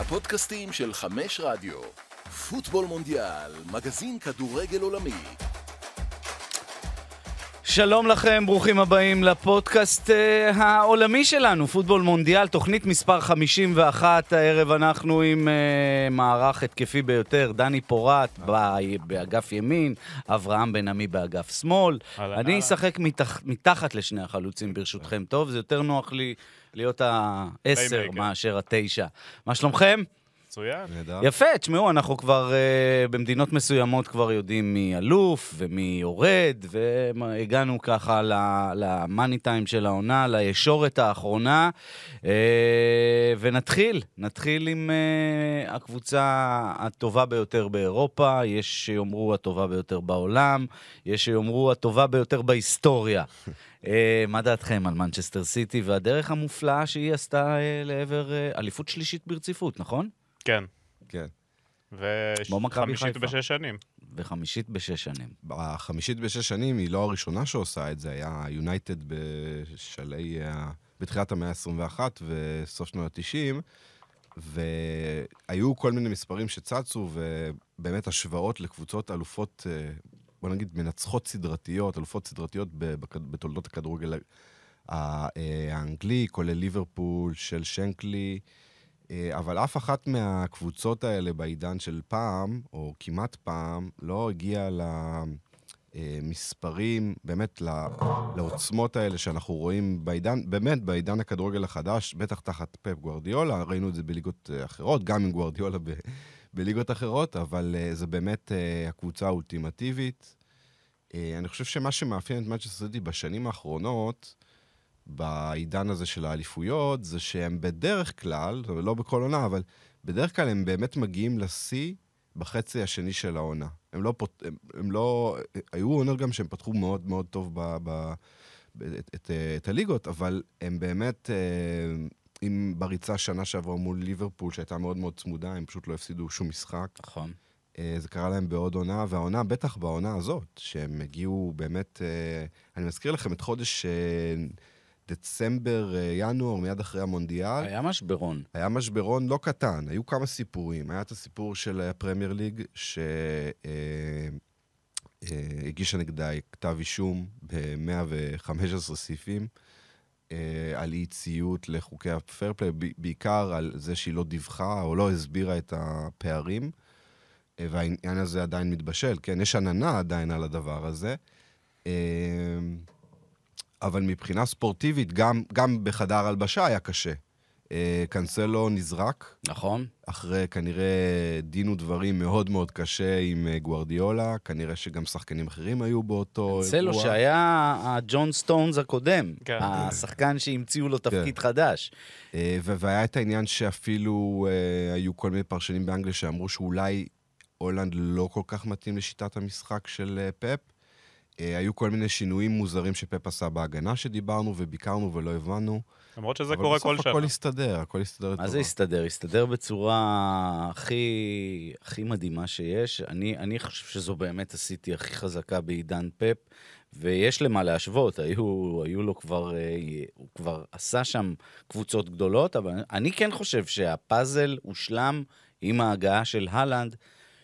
הפודקאסטים של 5 רדיו. פוטבול מונדיאל, מגזין כדורגל עולמי. שלום לכם, ברוכים הבאים לפודקאסט העולמי שלנו, פוטבול מונדיאל, תוכנית מספר 51. הערב אנחנו עם מערך התקפי ביותר, דני פורט באגף ימין, אברהם בן עמי באגף שמאל. אני אשחק מתחת לשני החלוצים ברשותכם. טוב, זה יותר נוח לי להיות ה-10 מאשר ה-9. מה שלומכם? מצוין. יפה, תשמעו, אנחנו כבר במדינות מסוימות כבר יודעים מי אלוף ומי יורד, והגענו ככה למאני טיים של העונה, לישורת האחרונה, נתחיל עם הקבוצה הטובה ביותר באירופה, יש שיאמרו הטובה ביותר בעולם, יש שיאמרו הטובה ביותר בהיסטוריה. מה דעתכם על מנצ'סטר סיטי והדרך המופלאה שהיא עשתה לעבר אליפות שלישית ברציפות, נכון? כן. כן. וחמישית בשש שנים. וחמישית בשש שנים. החמישית בשש שנים היא לא הראשונה שעושה את זה, היה יונייטד בתחילת המאה ה-21 וסוף שנות ה-90, והיו כל מיני מספרים שצצו, ובאמת השוואות לקבוצות אלופות, בוא נגיד, מנצחות סדרתיות, אלופות סדרתיות בתולדות הכדורגל האנגלי, כולל ליברפול של שנקלי, אבל אף אחת מהקבוצות האלה בעידן של פעם, או כמעט פעם, לא הגיעה למספרים, באמת לעוצמות האלה שאנחנו רואים בעידן, באמת בעידן הכדורגל החדש, בטח תחת פפ גוארדיולה, ראינו את זה בליגות אחרות, גם עם גוארדיולה בליגות אחרות, אבל זה באמת הקבוצה האולטימטיבית. אני חושב שמה שמאפיין את מנצ'סטר סיטי בשנים האחרונות, בעידן הזה של האליפויות, זה שהם בדרך כלל, לא בכל עונה, אבל בדרך כלל הם באמת מגיעים לשיא בחצי השני של העונה. הם לא, היו עונות גם שהם פתחו מאוד מאוד טוב את הליגות, אבל הם באמת, עם בריצה שנה שעברה מול ליברפול, שהייתה מאוד מאוד צמודה, הם פשוט לא הפסידו שום משחק. נכון. זה קרה להם בעוד עונה, והעונה, בטח בעונה הזאת, שהם הגיעו באמת, אני מזכיר לכם את חודש דצמבר, ינואר, מיד אחרי המונדיאל. היה משברון. היה משברון לא קטן, היו כמה סיפורים. היה את הסיפור של הפרמייר ליג, שהגישה נגדה כתב אישום ב-115 סעיפים, על אי ציות לחוקי הפיירפליי, בעיקר על זה שהיא לא דיווחה או לא הסבירה את הפערים, והעניין הזה עדיין מתבשל, כן? יש עננה עדיין על הדבר הזה. אבל מבחינה ספורטיבית, גם בחדר הלבשה היה קשה. קנסלו נזרק. נכון. אחרי כנראה דין ודברים מאוד מאוד קשה עם גוארדיולה, כנראה שגם שחקנים אחרים היו באותו קנסלו שהיה הג'ון סטונס הקודם, כן. השחקן שהמציאו לו תפקיד חדש. והיה את העניין שאפילו היו כל מיני פרשנים באנגליה שאמרו שאולי הולנד לא כל כך מתאים לשיטת המשחק של פפ. היו כל מיני שינויים מוזרים שפפ עשה בהגנה שדיברנו וביקרנו ולא הבנו. למרות שזה קורה כל שנה. הכל יסתדר, הכל יסתדר. מה זה יסתדר? יסתדר בצורה הכי מדהימה שיש. אני חושב שזו באמת הסיטי הכי חזקה בעידן פפ, ויש למה להשוות. היו לו כבר, הוא כבר עשה שם קבוצות גדולות, אבל אני כן חושב שהפאזל הושלם עם ההגעה של הלנד,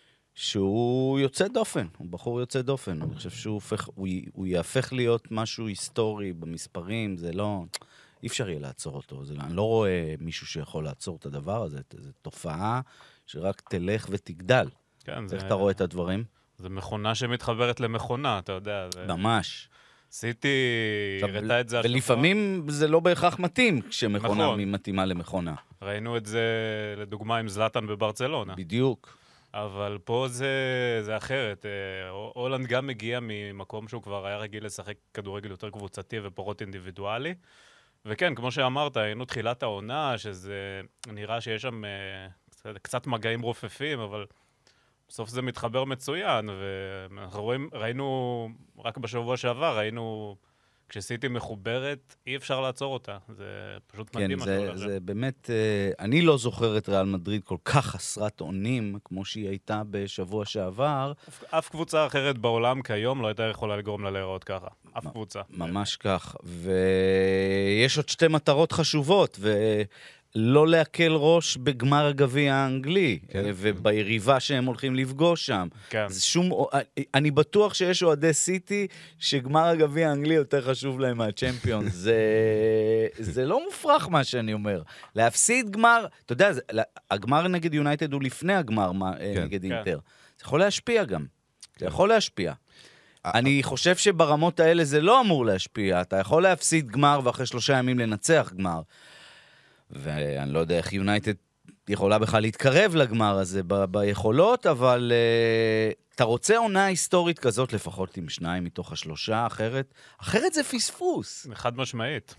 שהוא יוצא דופן, הוא בחור יוצא דופן. אני חושב שהוא יהפך להיות משהו היסטורי במספרים, זה לא, אי אפשר יהיה לעצור אותו. אני לא רואה מישהו שיכול לעצור את הדבר הזה, זו תופעה שרק תלך ותגדל. כן, איך אתה רואה את הדברים? זה מכונה שמתחברת למכונה, אתה יודע. ממש. סיטי הראתה את זה. ולפעמים זה לא בהכרח מתאים כשמכונה מתאימה למכונה. ראינו את זה לדוגמה עם זלאטן בברצלונה. בדיוק. אבל פה זה אחרת. הולנד גם מגיע ממקום שהוא כבר היה רגיל לשחק כדורגל יותר קבוצתי ופחות אינדיבידואלי. וכן, כמו שאמרת, היינו תחילת העונה, שזה נראה שיש שם קצת מגעים רופפים, אבל בסוף זה מתחבר מצוין. ואנחנו ראינו, רק בשבוע שעבר, ראינו כשסיטי מחוברת, אי אפשר לעצור אותה. זה פשוט מדהים. כן, זה באמת, אני לא זוכר את ריאל מדריד כל כך חסרת אונים, כמו שהיא הייתה בשבוע שעבר. אף קבוצה אחרת בעולם כיום לא הייתה יכולה לגרום לה להיראות ככה. אף קבוצה. ממש כך. ויש עוד שתי מטרות חשובות, לא להקל ראש בגמר הגביע האנגלי, כן. וביריבה שהם הולכים לפגוש שם. כן. זה אני בטוח שיש אוהדי סיטי שגמר הגביע האנגלי יותר חשוב להם מהצ'מפיון. זה לא מופרך מה שאני אומר. להפסיד גמר, אתה יודע, הגמר נגד יונייטד הוא לפני הגמר נגד אינטר. זה יכול להשפיע גם. זה יכול להשפיע. אני חושב שברמות האלה זה לא אמור להשפיע. אתה יכול להפסיד גמר ואחרי 3 ימים לנצח גמר. ואני לא יודע איך יונייטד יכולה בכלל להתקרב לגמר הזה ביכולות, אבל אתה רוצה עונה היסטורית כזאת לפחות עם 2 מתוך 3, אחרת זה פספוס. חד משמעית.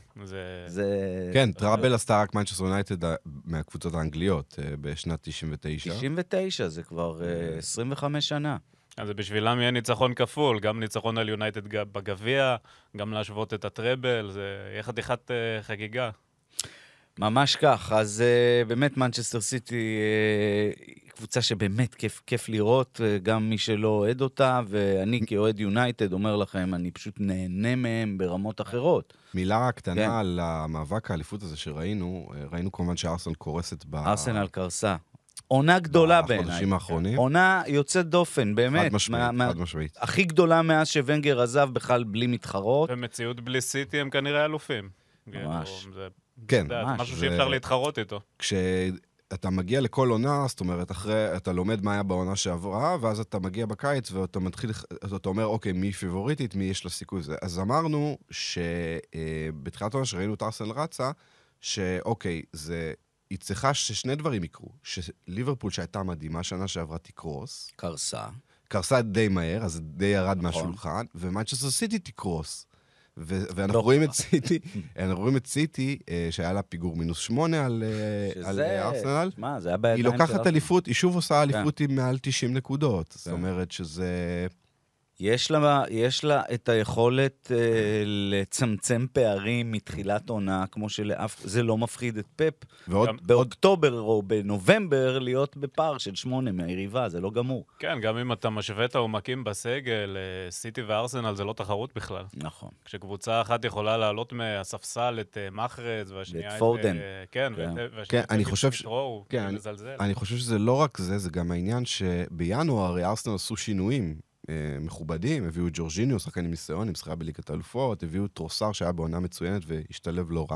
כן, טראבל עשתה רק מנצ'סטר יונייטד מהקבוצות האנגליות בשנת 99. 99, זה כבר 25 שנה. אז בשבילם יהיה ניצחון כפול, גם ניצחון על יונייטד בגביע, גם להשוות את הטראבל, זה יהיה חתיכת חגיגה. ממש כך, אז באמת מנצ'סטר סיטי קבוצה שבאמת כיף לראות, גם מי שלא אוהד אותה, ואני כאוהד יונייטד אומר לכם, אני פשוט נהנה מהם ברמות אחרות. מילה קטנה על המאבק האליפות הזה שראינו, ראינו כמובן שארסנל קורסת ארסנל קרסה. עונה גדולה בעיניי. בחודשים האחרונים. עונה יוצאת דופן, באמת. חד משמעית. הכי גדולה מאז שוונגר עזב בכלל בלי מתחרות. ומציאות בלי סיטי הם כנראה אלופים. ממש. כן. משהו שאי אפשר להתחרות איתו. כשאתה מגיע לכל עונה, זאת אומרת, אתה לומד מה היה בעונה שעברה, ואז אתה מגיע בקיץ, ואתה מתחיל, אתה אומר, אוקיי, מי פיבוריטית, מי יש לה סיכוי זה. אז אמרנו שבתחילת עונה שראינו את ארסנל רצה, שאוקיי, היא צריכה ששני דברים יקרו. שליברפול שהייתה מדהימה, שנה שעברה תקרוס. קרסה די מהר, אז די ירד מהשולחן, ומנצ'סטר סיטי תקרוס. ואנחנו רואים את סיטי, שהיה לה פיגור -8 על ארסנל. היא לוקחת אליפות, היא שוב עושה אליפות עם מעל 90 נקודות. זאת אומרת שזה... יש לה את היכולת לצמצם פערים מתחילת עונה, כמו זה לא מפחיד את פפ. באוקטובר או בנובמבר להיות בפער של 8 מהיריבה, זה לא גמור. כן, גם אם אתה משווה את העומקים בסגל, סיטי וארסנל זה לא תחרות בכלל. נכון. כשקבוצה אחת יכולה לעלות מהספסל את מחרז, והשנייה את פודן. כן, והשנייה את מיטרו, אני חושב שזה לא רק זה, זה גם העניין שבינואר ארסנל עשו שינויים. מכובדים, הביאו את ג'ורג'יניו, שחקן עם ניסיון, עם שחקה בליגת האלופות, הביאו את טרוסר שהיה בעונה מצוינת והשתלב לא רע,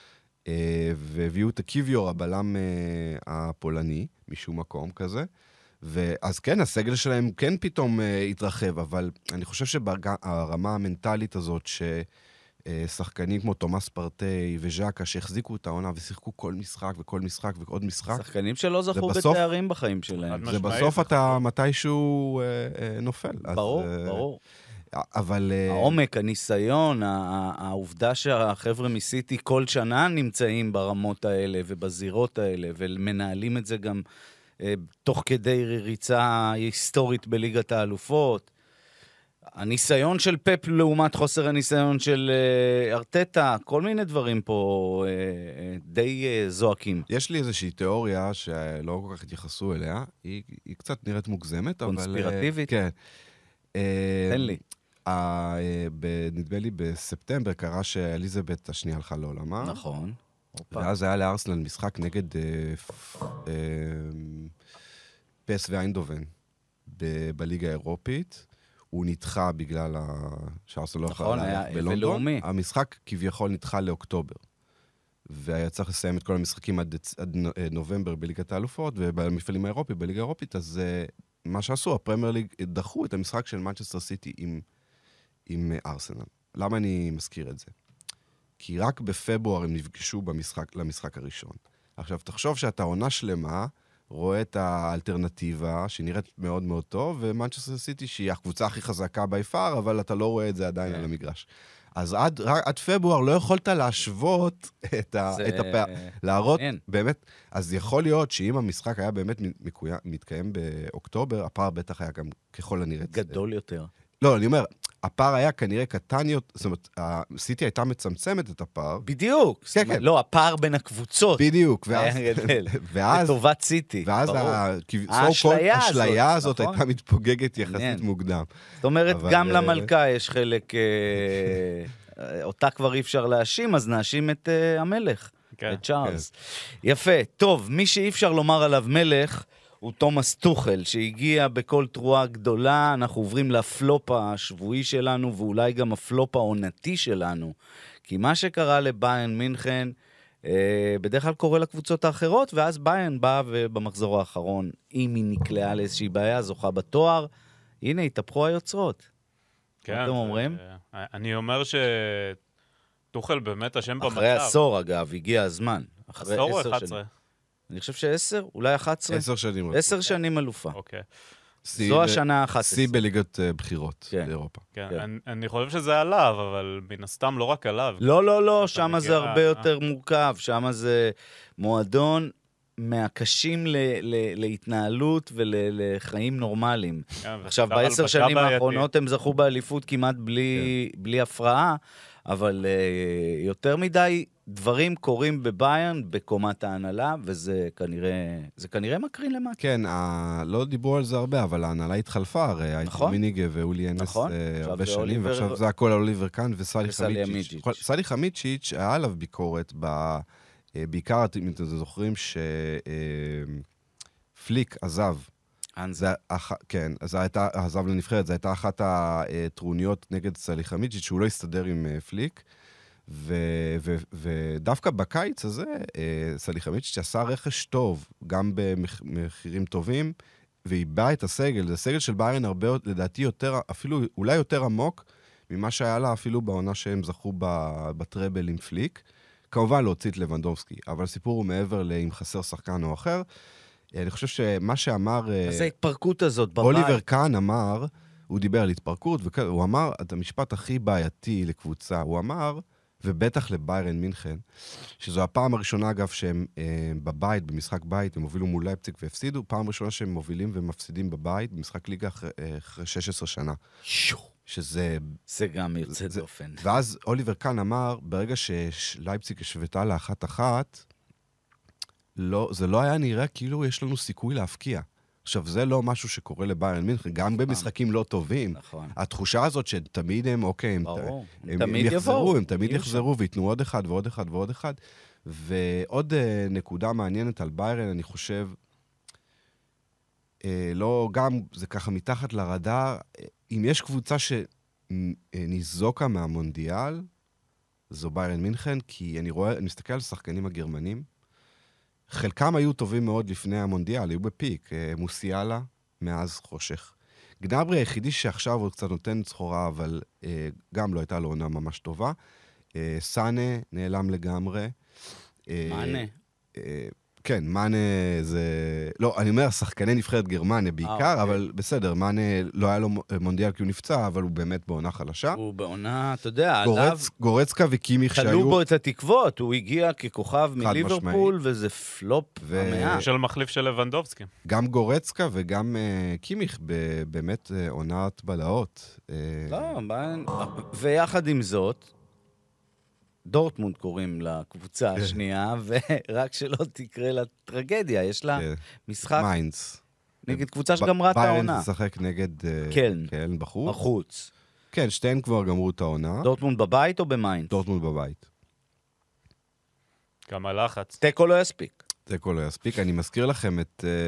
והביאו את הקיביור, הבלם הפולני, משום מקום כזה, ואז כן, הסגל שלהם כן פתאום התרחב, אבל אני חושב שהרמה המנטלית הזאת ששחקנים כמו תומאס פרטי וז'קה שהחזיקו את העונה ושיחקו כל משחק וכל משחק ועוד משחק. שחקנים שלא זכו בתארים בחיים שלהם. זה בסוף אתה מתישהו נופל. ברור. אבל... העומק, הניסיון, העובדה שהחבר'ה מסיטי כל שנה נמצאים ברמות האלה ובזירות האלה, ומנהלים את זה גם תוך כדי ריצה היסטורית בליגת האלופות. הניסיון של פפ לעומת חוסר הניסיון של ארטטה, כל מיני דברים פה די זועקים. יש לי איזושהי תיאוריה שלא כל כך התייחסו אליה, היא קצת נראית מוגזמת, אבל... קונספירטיבית? כן. תן לי. נדמה לי בספטמבר קרה שאליזבת השנייה הלכה לעולמה. נכון. ואז היה לארסנל משחק נגד פס ואיינדובן בליגה האירופית. הוא נדחה בגלל שארסנל לא יכול ללכת בלונדון. המשחק כביכול נדחה לאוקטובר. והיה צריך לסיים את כל המשחקים עד נובמבר בליגת האלופות, ובמפעלים האירופיים, בליגה האירופית, אז מה שעשו, הפרמייר ליג דחו את המשחק של מנצ'סטר סיטי עם ארסנל. למה אני מזכיר את זה? כי רק בפברואר הם נפגשו למשחק הראשון. עכשיו, תחשוב שאתה עונה שלמה, רואה את האלטרנטיבה, שנראית מאוד מאוד טוב, ומנצ'סטר סיטי, שהיא הקבוצה הכי חזקה ביפר, אבל אתה לא רואה את זה עדיין על המגרש. אז עד פברואר לא יכולת להשוות את הפער. להראות, באמת, אז יכול להיות שאם המשחק היה באמת מתקיים באוקטובר, הפער בטח היה גם ככל הנראה... גדול יותר. לא, אני אומר, הפער היה כנראה קטן יותר, זאת אומרת, הסיטי הייתה מצמצמת את הפער. בדיוק. כן. לא, הפער בין הקבוצות. בדיוק. היה גדל. לטובת סיטי. ואז האשליה הזאת הייתה מתפוגגת יחסית מוקדם. זאת אומרת, גם למלכה יש חלק, אותה כבר אי אפשר להאשים, אז נאשים את המלך. כן. לצ'ארלס. יפה. טוב, מי שאי אפשר לומר עליו מלך, הוא תומאס טוחל, שהגיע בכל תרועה גדולה. אנחנו עוברים לפלופ השבועי שלנו, ואולי גם הפלופ העונתי שלנו. כי מה שקרה לביירן מינכן, בדרך כלל קורה לקבוצות האחרות, ואז ביירן בא ובמחזור האחרון, אם היא נקלעה לאיזושהי בעיה, זוכה בתואר, הנה, התהפכו היוצרות. כן, מה אתם אומרים? אני אומר שטוחל באמת אשם במצב. אחרי עשור, אגב, הגיע הזמן. עשור או 11? אני חושב ש10, אולי 11. 10 שנים. 10 שנים אלופה. אוקיי. זו השנה ה-11. שיא בליגות בחירות כן. באירופה. כן, כן. אני חושב שזה עליו, אבל מן הסתם לא רק עליו. לא, שם זה הרבה יותר מורכב, שם זה מועדון מהקשים להתנהלות ולחיים נורמליים. עכשיו, ב10 שנים האחרונות הם זכו באליפות כמעט בלי הפרעה, אבל יותר מדי דברים קורים בביירן בקומת ההנהלה, וזה כנראה מקרין למטה. כן, לא דיברו על זה הרבה, אבל ההנהלה התחלפה, הרי הייתי מיניגה ואולי אנס הרבה שנים, ועכשיו זה הכל על אוליבר קאן וסלי חמיצ'יץ'. סלי חמיצ'יץ' היה עליו ביקורת, בעיקר אם אתם זוכרים שפליק עזב. כן, אז עזב לנבחרת, זו הייתה אחת הטרוניות נגד סלי חמיצ'יץ', שהוא לא הסתדר עם פליק, ודווקא בקיץ הזה, סלי חמיצ'יץ' עשה רכש טוב, גם במחירים טובים, והיבא את הסגל. זה סגל של ביירן הרבה, לדעתי, אפילו אולי יותר עמוק, ממה שהיה לה אפילו בעונה שהם זכו בטראבל עם פליק. כמובן להוציא את לבנדובסקי, אבל הסיפור הוא מעבר לאם חסר שחקן או אחר. אני חושב שמה שאמר... אז ההתפרקות הזאת בבית. אוליבר קאן אמר, הוא דיבר על התפרקות, והוא אמר את המשפט הכי בעייתי לקבוצה. הוא אמר, ובטח לביירן מינכן, שזו הפעם הראשונה, אגב, שהם בבית, במשחק בית, הם הובילו מול לייפציג והפסידו, פעם ראשונה שהם מובילים ומפסידים בבית, במשחק ליגה אחרי 16 שנה. שזה... זה גם יוצא דופן. ואז אוליבר קאן אמר, ברגע שלייפציג השוותה ל1-1, זה לא היה נראה כאילו יש לנו סיכוי להפקיע. עכשיו, זה לא משהו שקורה לביירן מינכן, גם במשחקים לא טובים. נכון. התחושה הזאת שתמיד הם, אוקיי, הם תמיד יחזרו, הם תמיד יחזרו, ויתנו עוד אחד ועוד אחד ועוד אחד. ועוד נקודה מעניינת על ביירן, אני חושב, לא, גם זה ככה מתחת לרדאר, אם יש קבוצה שניזוקה מהמונדיאל, זו ביירן מינכן, כי אני מסתכל על השחקנים הגרמנים, חלקם היו טובים מאוד לפני המונדיאל, היו בפיק, מוסיאלה, מאז חושך. גנברי היחידי שעכשיו הוא קצת נותן צחורה, אבל גם לא הייתה לו עונה ממש טובה. סאנה נעלם לגמרי. מאנה. כן, מאנה זה... לא, אני אומר, שחקני נבחרת גרמניה בעיקר, אבל בסדר, מאנה לא היה לו מונדיאל כי הוא נפצע, אבל הוא באמת בעונה חלשה. הוא בעונה, אתה יודע, עליו... גורצקה וקימיך שהיו... תלו בו את התקוות, הוא הגיע ככוכב מליברפול, וזה פלופ המאה. של מחליף של לבנדובסקי. גם גורצקה וגם קימיך, באמת עונת בלהות. לא, ויחד עם זאת, דורטמונד קוראים לקבוצה השנייה, ורק שלא תקרה לה טרגדיה, יש לה משחק מיינדס. נגד קבוצה שגמרה את העונה. ביירן תשחק נגד קלן בחוץ. בחוץ. כן, שתיהן כבר גמרו את העונה. דורטמונד בבית או במיינדס? דורטמונד בבית. כמה לחץ. תיקו לא יספיק. תיקו לא יספיק. אני מזכיר לכם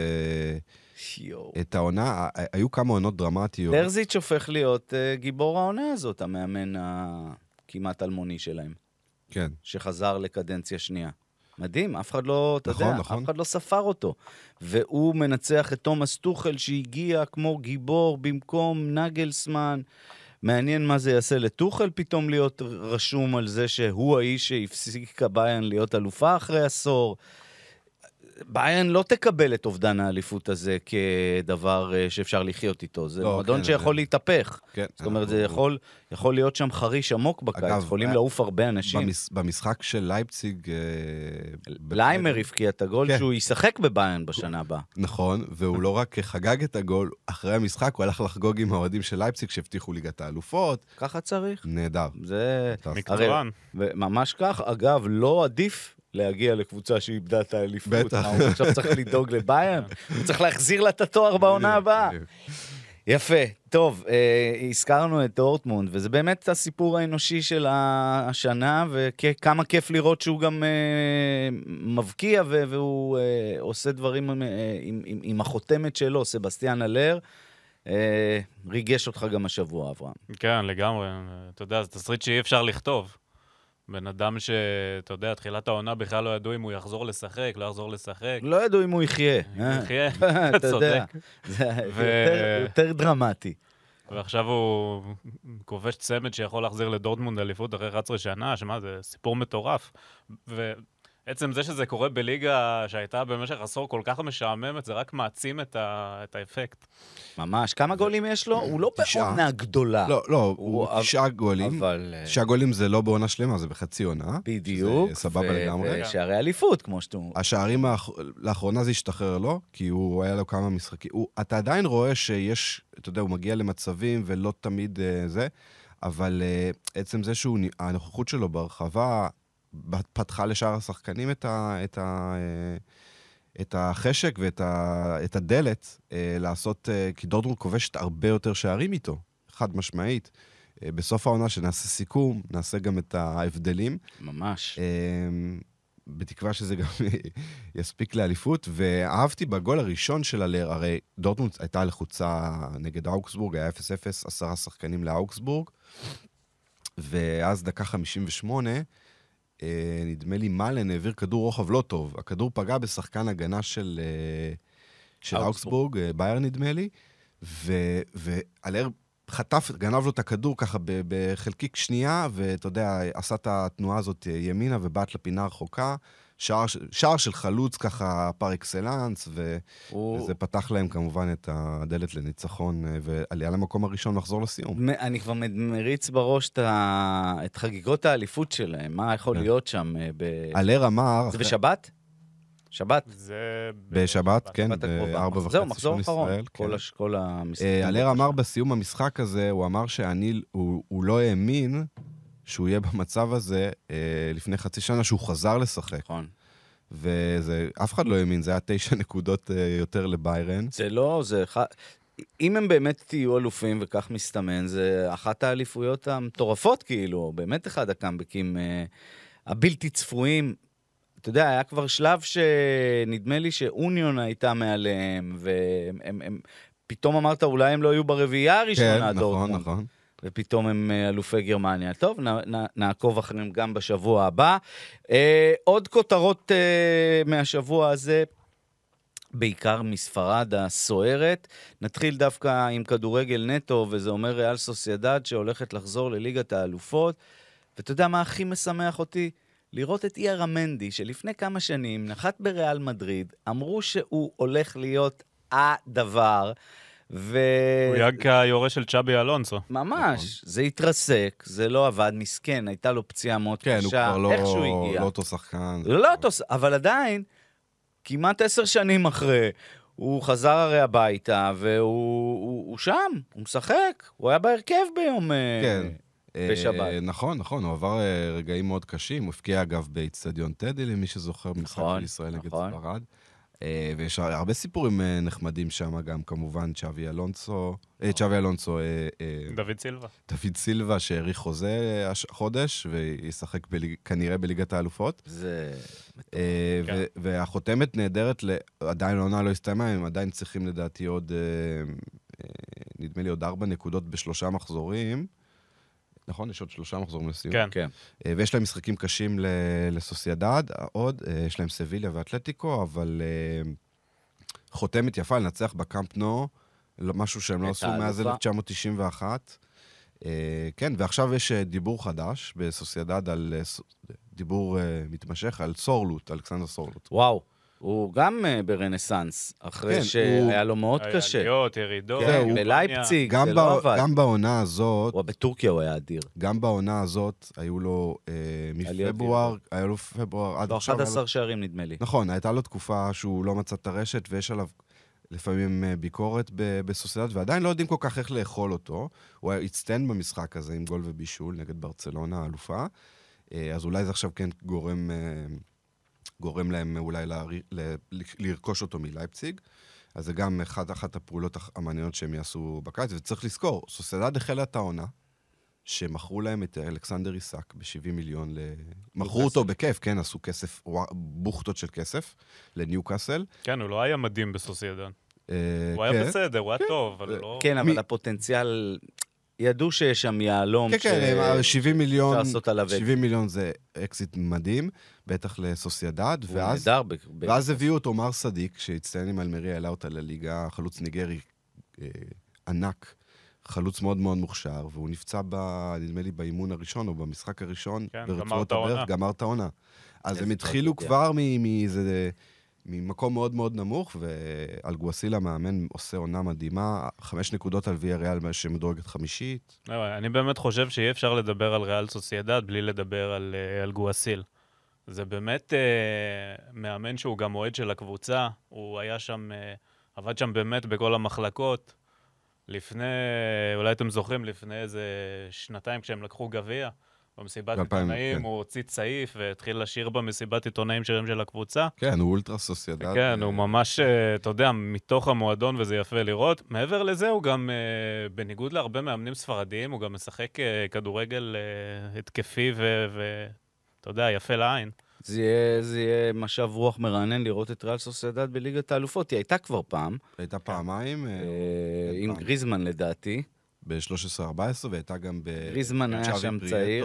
את העונה, היו כמה עונות דרמטיות. טרזיץ' הופך להיות גיבור העונה הזאת, המאמן הכמעט אלמוני שלהם. כן. שחזר לקדנציה שנייה. מדהים, אף אחד לא, אתה נכון, יודע, נכון. אף אחד לא ספר אותו. והוא מנצח את תומאס טוחל שהגיע כמו גיבור במקום נגלסמן. מעניין מה זה יעשה לטוחל פתאום להיות רשום על זה שהוא האיש שהפסיק ביירן להיות אלופה אחרי עשור. ביירן לא תקבל את אובדן האליפות הזה כדבר שאפשר לחיות איתו. זה מועדון שיכול להתהפך. זאת אומרת, זה יכול להיות שם חריש עמוק בקיץ. יכולים לעוף הרבה אנשים. במשחק של לייפציג... ליימר הפקיע את הגול שהוא ישחק בביירן בשנה הבאה. נכון, והוא לא רק חגג את הגול, אחרי המשחק הוא הלך לחגוג עם האוהדים של לייפציג שהבטיחו ליגת האלופות. ככה צריך. נהדר. זה... מקצוען. ממש כך. אגב, לא עדיף להגיע לקבוצה שאיבדה את האליפות. בטח. עכשיו צריך לדאוג לביירן, הוא צריך להחזיר לה את התואר בעונה הבאה. יפה, טוב, הזכרנו את דורטמונד, וזה באמת הסיפור האנושי של השנה, וכמה כיף לראות שהוא גם מבקיע, והוא עושה דברים עם החותמת שלו, סבסטיאן אלר, ריגש אותך גם השבוע, אברהם. כן, לגמרי, אתה יודע, זה תסריט שאי אפשר לכתוב. בן אדם שאתה יודע, תחילת העונה בכלל לא ידעו אם הוא יחזור לשחק, לא יחזור לשחק. לא ידעו אם הוא יחיה. יחיה, אתה יודע, זה יותר דרמטי. ועכשיו הוא כובש צמד שיכול להחזיר לדורטמונד אליפות אחרי 11 שנה, שמה, זה סיפור מטורף. ועצם זה שזה קורה בליגה שהייתה במשך עשור כל כך משעממת, זה רק מעצים את האפקט. ממש. כמה גולים יש לו? הוא לא בעונה גדולה. לא, הוא 9 גולים. 9 גולים זה לא בעונה שלמה, זה בחצי עונה. בדיוק. סבבה לגמרי. ושערי אליפות, כמו שאתם... השערים לאחרונה זה השתחרר לו, כי הוא היה לו כמה משחקים. אתה עדיין רואה שיש, אתה יודע, הוא מגיע למצבים ולא תמיד זה, אבל עצם זה הנוכחות שלו ברחבה פתחה לשאר השחקנים את החשק ואת הדלת לעשות, כי דורטמונד כובשת הרבה יותר שערים איתו, חד משמעית. בסוף העונה שנעשה סיכום, נעשה גם את ההבדלים. ממש. בתקווה שזה גם יספיק לאליפות, ואהבתי בגול הראשון של אלר, הרי דורטמונד הייתה לחוצה נגד אוקסבורג, היה 0-0, 10 שחקנים לאוקסבורג, ואז דקה 58, נדמה לי מלן העביר כדור רוחב לא טוב. הכדור פגע בשחקן הגנה של אוקסבורג, בייר נדמה לי, ואלר חטף, גנב לו את הכדור ככה בחלקיק שנייה, ואתה יודע, עשה את התנועה הזאת ימינה ובאת לפינה רחוקה, שער של חלוץ ככה פר אקסלנס, וזה פתח להם כמובן את הדלת לניצחון, ועלייה למקום הראשון לחזור לסיום. אני כבר מריץ בראש את חגיגות האליפות שלהם, מה יכול להיות שם? אלר אמר... זה בשבת? שבת? זה... בשבת, כן, ב-4:30. זהו, מחזור אחרון, כל המשחק. אלר אמר בסיום המשחק הזה, הוא אמר שהוא לא האמין שהוא יהיה במצב הזה לפני חצי שנה, שהוא חזר לשחק. נכון. ואף אחד לא האמין, זה היה 9 נקודות יותר לביירן. זה לא, זה... אם הם באמת תהיו אלופים וכך מסתמן, זה אחת האליפויות המטורפות כאילו, באמת אחד הקאמבקים הבלתי צפויים. אתה יודע, היה כבר שלב שנדמה לי שאוניון הייתה מעליהם, והם פתאום אמרת, אולי הם לא היו ברביעייה הראשונה, דורטמונד. כן, נכון. ופתאום הם אלופי גרמניה. טוב, נעקוב אחריהם גם בשבוע הבא. עוד כותרות מהשבוע הזה, בעיקר מספרד הסוערת. נתחיל דווקא עם כדורגל נטו, וזה אומר ריאל סוסיידד שהולכת לחזור לליגת האלופות. ואתה יודע מה הכי משמח אותי? לראות את אייר המנדי, שלפני כמה שנים נחת בריאל מדריד, אמרו שהוא הולך להיות הדבר, הוא היה כיורש של צ'אבי אלונסו. ממש, זה התרסק, זה לא עבד, מסכן, הייתה לו פציעה מאוד קשה, קשה, איכשהו הגיע. לא אותו שחקן. לא אותו, אבל עדיין, כמעט 10 שנים אחרי, הוא חזר הרי הביתה, והוא שם, הוא משחק, הוא היה בהרכב ביום... כן. בשבת. נכון, הוא עבר רגעים מאוד קשים, הוא הפקיע אגב באצטדיון טדי, למי שזוכר משחק של ישראל נגד ספרד. ויש הרבה סיפורים נחמדים שם, גם כמובן צ'אבי אלונסו, דוד סילבה, שהאריך חוזה חודש, וישחק כנראה בליגת האלופות. והחותמת נהדרת, עדיין העונה לא הסתיימה, הם עדיין צריכים לדעתי עוד, נדמה לי עוד 4 נקודות ב3 מחזורים, נכון? יש עוד 3 מחזורים לסיום. כן. ויש להם משחקים קשים לסוסיידד, עוד, יש להם סביליה ואתלטיקו, אבל חותמת יפה לנצח בקאמפ נו, משהו שהם לא עשו מאז 1991. כן, ועכשיו יש דיבור חדש בסוסיידד על דיבור מתמשך, על סורלוט, אלכסנדר סורלוט. וואו. הוא גם ברנסנס, אחרי שהיה לו מאוד קשה. עליות, ירידות. בלייפציג, זה לא עבד. גם בעונה הזאת... בטורקיה הוא היה אדיר. גם בעונה הזאת, היו לו מפברואר, היה לו פברואר עד עכשיו... 11 שערים נדמה לי. נכון, הייתה לו תקופה שהוא לא מצא את הרשת, ויש עליו לפעמים ביקורת בסוסיידד, ועדיין לא יודעים כל כך איך לאכול אותו. הוא הצטן במשחק הזה עם גול ובישול נגד ברצלונה, האלופה. אז אולי זה עכשיו כן גורם להם אולי לרכוש אותו מלייפציג. אז זה גם אחת הפעולות המעניינות שהם יעשו בקיץ, וצריך לזכור, סוסיידד החלה את העונה, שמכרו להם את אלכסנדר איסק ב-70 מיליון, מכרו אותו בכיף, כן, עשו כסף, בוכטות של כסף, לניוקאסל. כן, הוא לא היה מדהים בסוסיידד. הוא היה בסדר, הוא היה טוב, אבל לא... כן, אבל הפוטנציאל... ידעו שיש שם יעלום כן, 70 מיליון, לעשות עליו 70 מיליון זה אקזיט מדהים, בטח לסוסיידד, ואז הביאו את עומר סדיק, שהצטיין עם אלמריה, העלה אותה לליגה, חלוץ ניגרי ענק, חלוץ מאוד מאוד מוכשר, והוא נפצע, נדמה לי, באימון הראשון, או במשחק הראשון, גמר את העונה. אז הם התחילו כבר ממקום מאוד מאוד נמוך, ואלגואסיל המאמן עושה עונה מדהימה, 5 נקודות על ויאריאל שמדורגת חמישית. אני באמת חושב שאי אפשר לדבר על ריאל סוסיידד בלי לדבר על אלגואסיל. זה באמת מאמן שהוא גם מועד של הקבוצה, הוא היה שם, עבד שם באמת בכל המחלקות, לפני, אולי אתם זוכרים, לפני איזה 2 כשהם לקחו גביע, במסיבת עיתונאים, הוא הוציא צעיף והתחיל לשיר במסיבת עיתונאים של הקבוצה. כן, הוא אולטרה סוסיידד. כן, הוא ממש, אתה יודע, מתוך המועדון, וזה יפה לראות. מעבר לזה, הוא גם, בניגוד להרבה מאמנים ספרדיים, הוא גם משחק כדורגל התקפי ואתה יודע, יפה לעין. זה יהיה משב רוח מרענן לראות את ריאל סוסיידד בליגת האלופות. היא הייתה כבר פעם. הייתה פעמיים. עם גריזמן לדעתי. ב-13-14, והייתה גם גריזמן היה שם צעיר.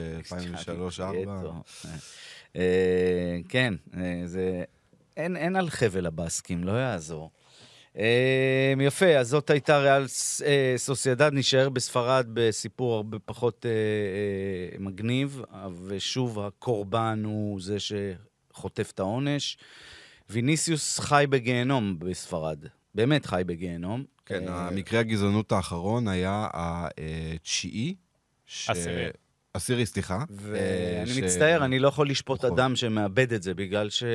ב-2003-2004. כן, אין על חבל הבאסקים, לא יעזור. יפה, אז זאת הייתה ריאל סוסיידד, נשאר בספרד בסיפור הרבה פחות מגניב, ושוב הקורבן הוא זה שחוטף את העונש. ויניסיוס חי בגיהנום בספרד, באמת חי בגיהנום. כן, המקרה הגזענות האחרון היה התשיעי. עשירי, סליחה. ואני מצטער, אני לא יכול לשפוט אדם שמאבד את זה, בגלל שהוא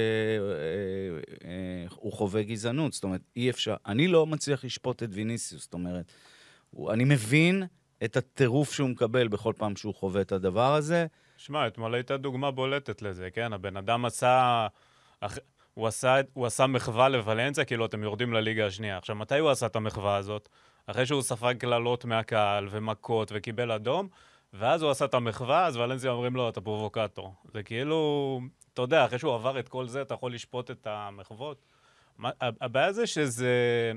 חווה גזענות. זאת אומרת, אי אפשר, אני לא מצליח לשפוט את ויניסיוס, זאת אומרת, אני מבין את הטירוף שהוא מקבל בכל פעם שהוא חווה את הדבר הזה. שמע, אתמול הייתה דוגמה בולטת לזה, כן? הבן אדם עשה... הוא עשה מחווה לוולנסיה, כאילו אתם יורדים לליגה השנייה. עכשיו, מתי הוא עשה את המחווה הזאת? אחרי שהוא ספג כללות מהקהל ומכות וקיבל אדום, ואז הוא עשה את המחווה, אז ולנסיה אומרים לו, אתה פרובוקטור. זה כאילו, אתה יודע, אחרי שהוא עבר את כל זה, אתה יכול לשפוט את המחוות. הבעיה זה שזה...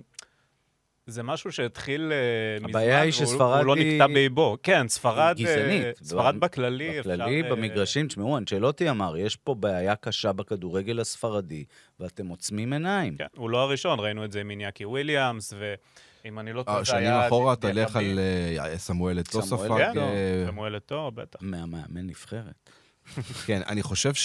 זה משהו שהתחיל מזמן, והוא לא נקטע באיבו. כן, ספרד גזענית. ספרד בכללי. בכללי, במגרשים, תשמעו, אנצ'לוטי אמר, יש פה בעיה קשה בכדורגל הספרדי, ואתם עוצמים עיניים. כן, הוא לא הראשון, ראינו את זה עם איניאקי וויליאמס, ואם אני לא טועה, שנים אחורה, תלך על סמואל אתו ספג. סמואל אתו, בטח. מהמאמן נבחרת. כן, אני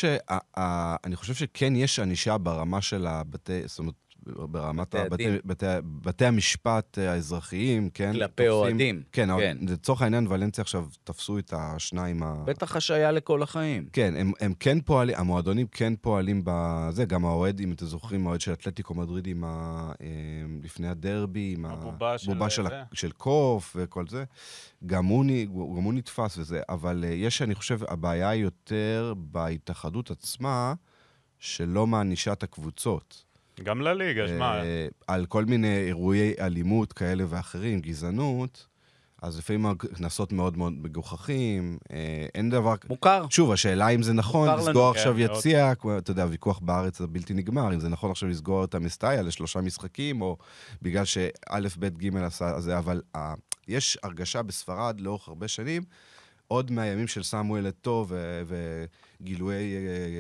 חושב שכן יש ענישה ברמה של הבתי, זאת אומרת, ברמת בתי המשפט האזרחיים, כן? כלפי אוהדים. כן, לצורך העניין, ולנסיה עכשיו תפסו את השניים בטח השעיה לכל החיים. כן, הם כן פועלים, המועדונים כן פועלים בזה, גם האוהד, אם אתם זוכרים, האוהד של אתלטיקו מדריד לפני הדרבי, עם הבובה של קוף וכל זה, גם הוא נתפס וזה, אבל אני חושב, הבעיה היא יותר בהתאחדות עצמה, שלא מענישת הקבוצות. גם לליגה, שמה. על כל מיני אירועי אלימות כאלה ואחרים, גזענות, אז לפעמים הכנסות מאוד מאוד מגוחכים, אין דבר... מוכר. שוב, השאלה אם זה נכון, לסגור עכשיו יציע, אתה יודע, ויכוח בארץ הבלתי נגמר, אם זה נכון עכשיו לסגור את המסטאיה ל3 משחקים, או בגלל שא' ב' ג' עשה זה, אבל יש הרגשה בספרד לאורך הרבה שנים, עוד מהימים של סמואל אתו וגילויי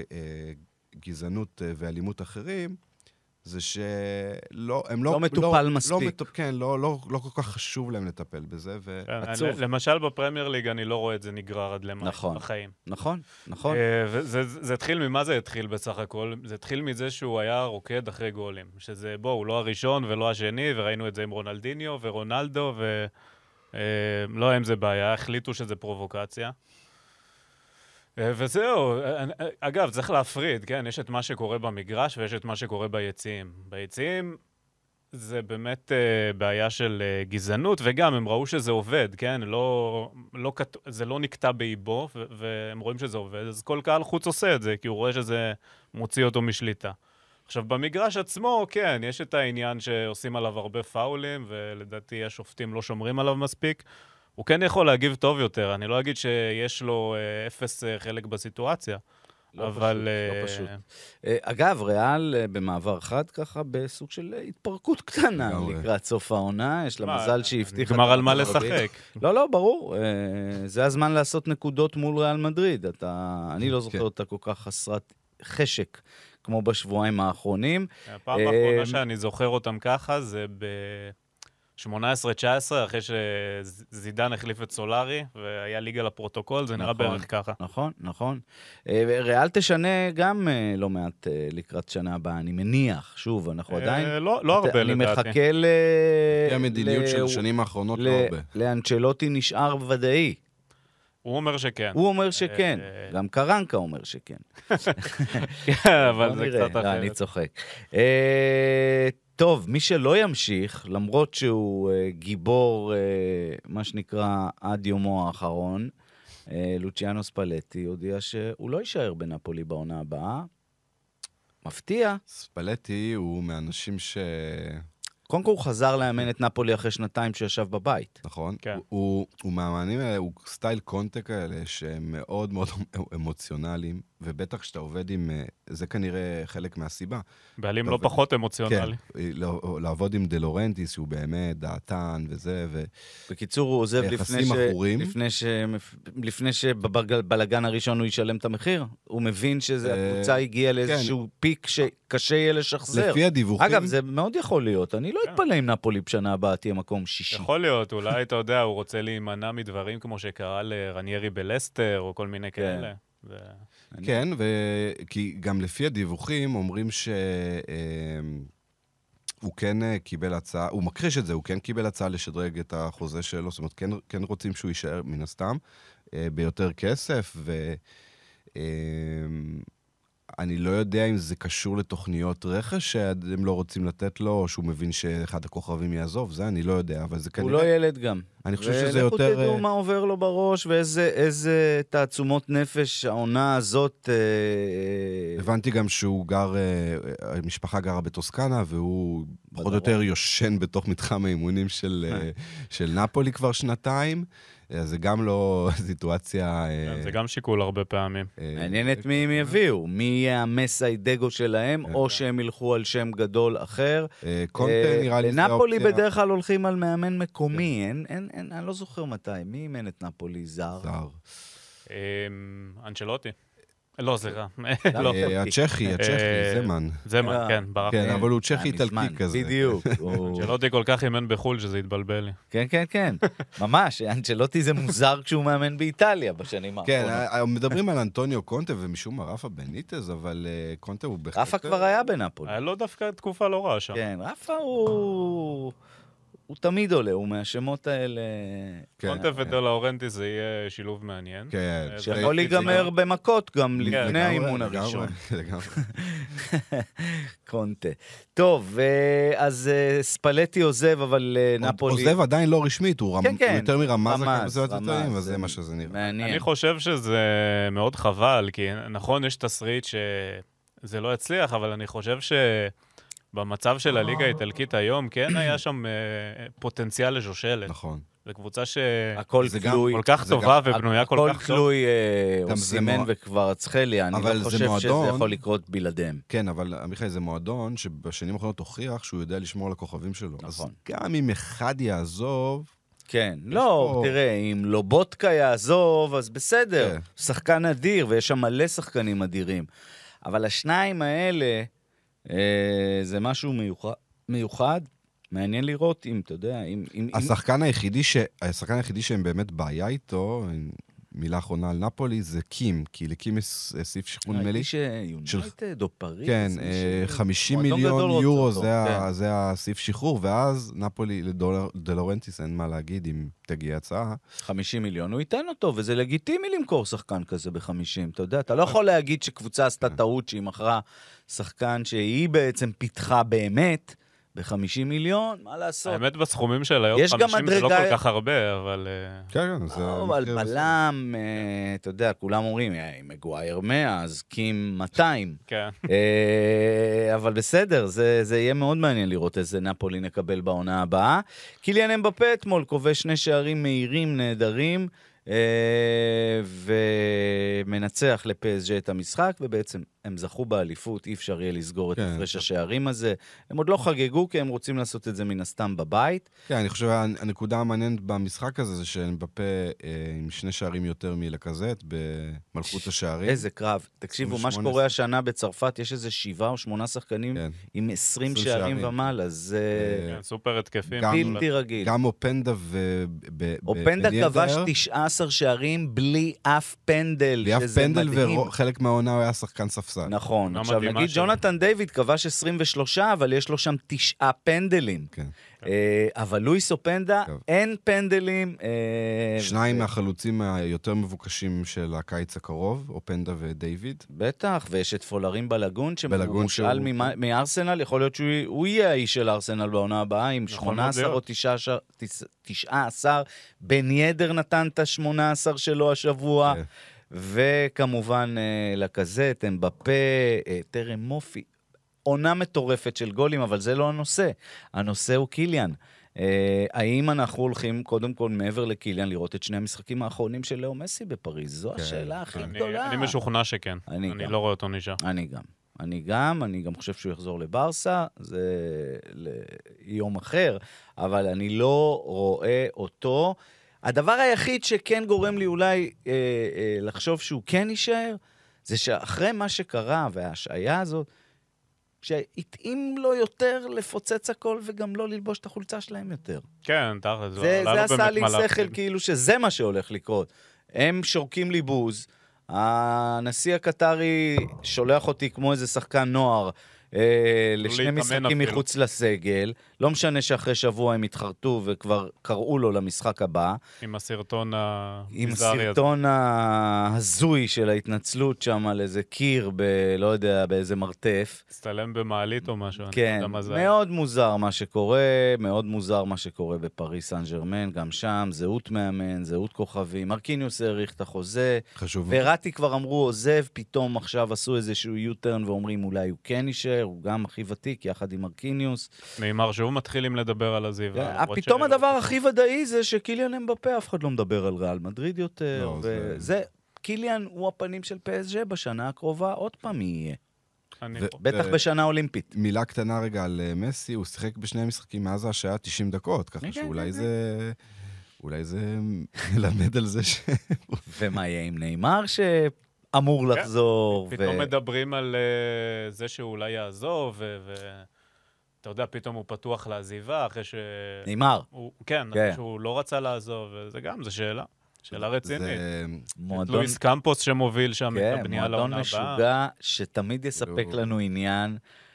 גזענות ואלימות אחרים, זה שלא, הם לא מטופל מספיק. כן, לא כל כך חשוב להם לטפל בזה, ועצוב. למשל בפרמייר ליג אני לא רואה את זה נגרר עד למעט בחיים. נכון. זה התחיל ממה זה התחיל בסך הכל? זה התחיל מזה שהוא היה רוקד אחרי גולים. שזה, הוא לא הראשון ולא השני, וראינו את זה עם רונלדיניו ורונלדו, ולא היה עם זה בעיה, החליטו שזה פרובוקציה. וזהו, אגב, צריך להפריד, כן? יש את מה שקורה במגרש ויש את מה שקורה ביציעים. ביציעים זה באמת בעיה של גזענות, וגם הם ראו שזה עובד, כן? זה לא נקטע באיבו, והם רואים שזה עובד, אז כל קהל חוץ עושה את זה, כי הוא רואה שזה מוציא אותו משליטה. עכשיו, במגרש עצמו, כן, יש את העניין שעושים עליו הרבה פאולים, ולדעתי השופטים לא שומרים עליו מספיק. הוא כן יכול להגיב טוב יותר, אני לא אגיד שיש לו אפס חלק בסיטואציה. אבל... לא פשוט. אגב, ריאל במעבר חד ככה בסוג של התפרקות קטנה לקראת סוף העונה, יש לה מזל שהבטיחה... נגמר על מה לשחק. לא, ברור. זה הזמן לעשות נקודות מול ריאל מדריד. אני לא זוכר אותה כל כך חסרת חשק כמו בשבועיים האחרונים. הפעם האחרונה שאני זוכר אותם ככה זה ב-18-19, אחרי שזידן החליף את סולארי, והיה ליגה לפרוטוקול, זה נראה בערך ככה. נכון. ריאל תשנה גם לא מעט לקראת שנה הבאה, אני מניח, שוב, אנחנו עדיין... לא הרבה לדעתי. אני מחכה המדיניות של השנים האחרונות לא הרבה. לאנצ'לוטי נשאר ודאי. הוא אומר שכן. הוא אומר שכן, גם קרנקה אומר שכן. אבל זה קצת אחרת. אני צוחק. טוב, מי שלא ימשיך, למרות שהוא גיבור, מה שנקרא, עד יומו האחרון, לוציאנו ספלטי הודיע שהוא לא יישאר בנפולי בעונה הבאה. מפתיע. ספלטי הוא מאנשים קודם כל הוא חזר לאמן את נפולי אחרי שנתיים שישב בבית. נכון. כן. הוא מהמאמנים האלה, הוא סטייל קונטה כאלה, שהם מאוד מאוד אמוציונליים, ובטח שאתה עובד עם, זה כנראה חלק מהסיבה. בעלים לא פחות אמוציונלי. כן, לעבוד עם דלורנטיס, שהוא באמת דעתן וזה, בקיצור, הוא עוזב לפני שבבלגן הראשון הוא ישלם את המחיר. הוא מבין שהקבוצה הגיעה לאיזשהו פיק שקשה יהיה לשחזר. לפי הדיווחים... אגב, זה מאוד יכול להיות. אני לא אתפלא אם נפולי בשנה הבאה תהיה מקום 6. יכול להיות, אולי אתה יודע, הוא רוצה להימנע מדברים כמו שקרה לרניירי בלסטר, או כל מיני כאלה. כן, כי גם לפי הדיווחים אומרים שהוא כן קיבל הצעה, הוא מקריש את זה, הוא כן קיבל הצעה לשדרג את החוזה שלו, זאת אומרת, כן רוצים שהוא יישאר מן הסתם, ביותר כסף, אני לא יודע אם זה קשור לתוכניות רכש שהם לא רוצים לתת לו, או שהוא מבין שאחד הכוכבים יעזוב, זה אני לא יודע, אבל זה כנראה... הוא לא ילד גם. אני חושב שזה יותר... ולכו תדעו מה עובר לו בראש, ואיזה תעצומות נפש העונה הזאת... הבנתי גם שהוא גר, המשפחה גרה בטוסקנה, והוא פחות או יותר יושן בתוך מתחם האימונים של נפולי כבר שנתיים, אז זה גם לא סיטואציה... זה גם שיקול הרבה פעמים. מעניין את מי הם יביאו, מי יהיה המסיידגו שלהם, או שהם ילכו על שם גדול אחר. קונטה נראה לי... לנפולי בדרך כלל הולכים על מאמן מקומי, אני לא זוכר מתי, מי אימן את נפולי? זר? אנצ'לוטי. לא, זה רע. הצ'כי, זמן. זמן, כן, ברח. כן, אבל הוא צ'כי איטלקי כזה. בדיוק. אנצ'לוטי כל כך אימן בחול שזה התבלבל לי. כן. ממש, אנצ'לוטי זה מוזר כשהוא מאמן באיטליה בשנים האחרונות. כן, מדברים על אנטוניו קונטה ומשום מה רפה בניטז, אבל קונטה הוא בהחלט... רפה כבר היה בנפולי. היה לו דווקא תקופה לא רעה שם. כן, רפה הוא תמיד עולה, הוא מהשמות האלה... קונטה ודלאורנטי זה יהיה שילוב מעניין. כן. שיכול להיגמר במכות גם לפני האימון הראשון. לגמרי. קונטה. טוב, אז ספלטי עוזב, אבל נפולי... עוזב עדיין לא רשמית, הוא יותר מרמז הקבוצות, אז זה מה שזה נראה. אני חושב שזה מאוד חבל, כי נכון, יש תסריט שזה לא יצליח, אבל אני חושב ש... במצב של הליגה האיטלקית היום, כן היה שם פוטנציאל לשושלת. נכון. זו קבוצה הכל כל כך טובה ובנויה כל כך טוב. הכל תלוי אוסימן וכבר צחלי, אני לא חושב שזה יכול לקרות בלעדיהם. כן, אבל עמיחי, זה מועדון שבשנים האחרונות הוכיח שהוא יודע לשמור על הכוכבים שלו. נכון. אז גם אם אחד יעזוב... כן, לא, תראה, אם לובוטקה יעזוב, אז בסדר. שחקן אדיר, ויש שם מלא שחקנים אדירים. אבל השניים האלה... זה משהו מיוחד, מעניין לראות אם, אתה יודע, השחקן היחידי שהם באמת בעיה איתו, מילה אחרונה על נפולי, זה קים, כי לקים יש סעיף שחרור נמלי. יונייטד או פריז. כן, 50 מיליון יורו זה הסעיף שחרור, ואז נפולי, לדלורנטיס אין מה להגיד אם תגיע הצעה. 50 מיליון, הוא ייתן אותו, וזה לגיטימי למכור שחקן כזה ב-50, אתה יודע, אתה לא יכול להגיד שקבוצה עשתה טעות שהיא מכרה שחקן שהיא בעצם פיתחה באמת, ב-50 מיליון, מה לעשות? האמת, בסכומים של היום, יש גם 50 זה לא מדרגה- כל כך הרבה, אבל... כן, זה... אבל מקרה בסדר. בלם, אתה יודע, כולם אומרים, מגווייר 100, אז קים 200. כן. אבל בסדר, זה יהיה מאוד מעניין לראות איזה נפולי נקבל בעונה הבאה. קיליאן אמבפה אתמול כובש 2 שערים מהירים, נהדרים, ומנצח לפסג' את המשחק, ובעצם הם זכו באליפות, אי אפשר יהיה לסגור את כן. הפרש השערים הזה. הם עוד לא חגגו, כי הם רוצים לעשות את זה מן הסתם בבית. כן, אני חושב, הנקודה המעניינת במשחק הזה, זה שאמבפה עם 2 שערים יותר מלקזט, במלכות השערים. איזה קרב. תקשיבו, מה 28. שקורה השנה בצרפת, יש איזה 7 או 8 שחקנים כן. עם 20 20 שערים שערים. ומעלה, זה כן, סופר התקפים. גם- בלתי רגיל. גם אופנדה אופנדה בליאדר, כבש 19 שערים בלי אף פנדל, בלי אף שזה פנדל, מדהים. וחלק מהעונה הוא היה שחקן ספסל. נכון. לא עכשיו מדהימה נגיד שלו. ג'ונתן דיוויד כבש 23, אבל יש לו שם 9 פנדלים. כן. אבל לואיס אופנדה, טוב. אין פנדלים. 2 מהחלוצים היותר מבוקשים של הקיץ הקרוב, אופנדה ודיוויד. בטח, ויש את פולרים בלגון, בלגון שמושאל שהוא- מארסנל, יכול להיות שהוא יהיה האיש של ארסנל בעונה הבאה, עם נכון מאוד 18 או להיות. 19. בן ידר נתן את ה-18 שלו השבוע, כן. וכמובן לקזט, אמבפה, טרם מופי. עונה מטורפת של גולים, אבל זה לא הנושא. הנושא הוא קיליאן. האם אנחנו הולכים, קודם כל, מעבר לקיליאן, לראות את 2 המשחקים האחרונים של לאו מסי בפריז? זו כן, השאלה הכי אני גדולה. משוכנע שכן. אני אני גם. לא רואה אותו נשאר. אני גם חושב שהוא יחזור לברסה, זה ליום אחר, אבל אני לא רואה אותו. הדבר היחיד שכן גורם לי אולי לחשוב שהוא כן יישאר, זה שאחרי מה שקרה וההשעיה הזאת, שהתאים לו יותר לפוצץ הכל וגם לא ללבוש את החולצה שלהם יותר. כן, תכל'ס. זה עשה לי שכל כאילו שזה מה שהולך לקרות. הם שורקים לי בוז, הנשיא הקטרי שולח אותי כמו איזה שחקן נוער לשני להתאמן משחקים אפילו. מחוץ לסגל, לא משנה שאחרי שבוע הם התחרטו וכבר קראו לו למשחק הבא, עם הסרטון עם הביזארי הזה. הסרטון ההזוי של ההתנצלות שם על איזה קיר, לא יודע, באיזה מרתף. הצטלם במעלית או משהו. אני לא כן, יודע מה זה היה. מאוד מוזר מה שקורה, מאוד מוזר מה שקורה בפריס סן ז'רמן, גם שם, זהות מאמן, זהות כוכבים, מרקיניוס העריך את החוזה, חשוב. וראטי כבר אמרו עוזב, פתאום עכשיו עשו איזשהו U-turn ואומרים אולי הוא כן יישאר, הוא גם הכי ותיק יחד עם מרקיניוס. נאמר שוב מתחילים לדבר על עזיבה. למרות פתאום שלא- הדבר הכי ודאי זה שקיליאן אמבפה, אף אחד לא מדבר על ריאל מדריד יותר, לא, וזה, קיליאן הוא הפנים של PSG בשנה הקרובה, עוד פעם יהיה. אני- בטח בשנה אולימפית. מילה קטנה רגע על מסי, הוא שיחק בשני המשחקים מאז השעה 90 דקות, ככה כן, שאולי כן, זה... אולי זה מלמד על זה ש... ומה יהיה עם נאמר שאמור לחזור? פתאום מדברים על זה שהוא אולי יעזוב, ואתה יודע, פתאום הוא פתוח לעזיבה, אחרי ש... נאמר. כן, כן. אחרי שהוא לא רצה לעזוב, וזה גם, זו שאלה. שאלה רצינית. זה... מועדון, לואיס קמפוס שמוביל שם את כן, הבנייה מועדון לעונה הבאה. משוגע שתמיד יספק לא. לנו עניין,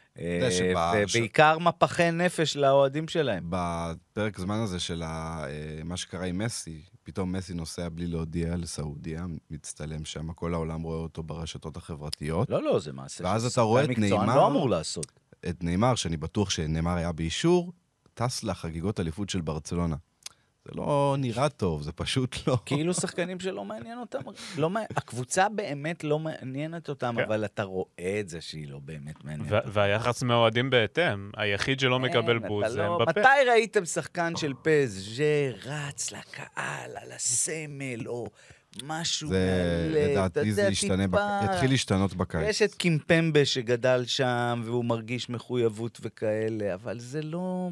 שבא- ובעיקר מפחי נפש לאוהדים שלהם. בפרק זמן הזה של מה שקרה עם מסי, פתאום מסי נוסע בלי להודיע לסעודיה, מצטלם שם, כל העולם רואה אותו ברשתות החברתיות. לא, זה מעשה. ואז אתה ששחקן רואה את מקצוען נאמר. לא אמור לעשות. את נאמר, שאני בטוח שנאמר היה באישור, טס לחגיגות אליפות של ברצלונה. זה לא נראה טוב, זה פשוט לא... כאילו שחקנים שלא מעניין אותם. הקבוצה באמת לא מעניינת אותם, כן. אבל אתה רואה את זה שהיא לא באמת מעניינת. והיחס מהאוהדים בהתאם. היחיד שלא מקבל בוז זה אמבפה. מתי ראיתם שחקן של PSG רץ לקהל על הסמל, או משהו זה, מעלה, אתה לדעתי זה יודע, ישתנה, טיפה. התחיל להשתנות בקיץ. יש את קימפמבה שגדל שם, והוא מרגיש מחויבות וכאלה, אבל זה לא...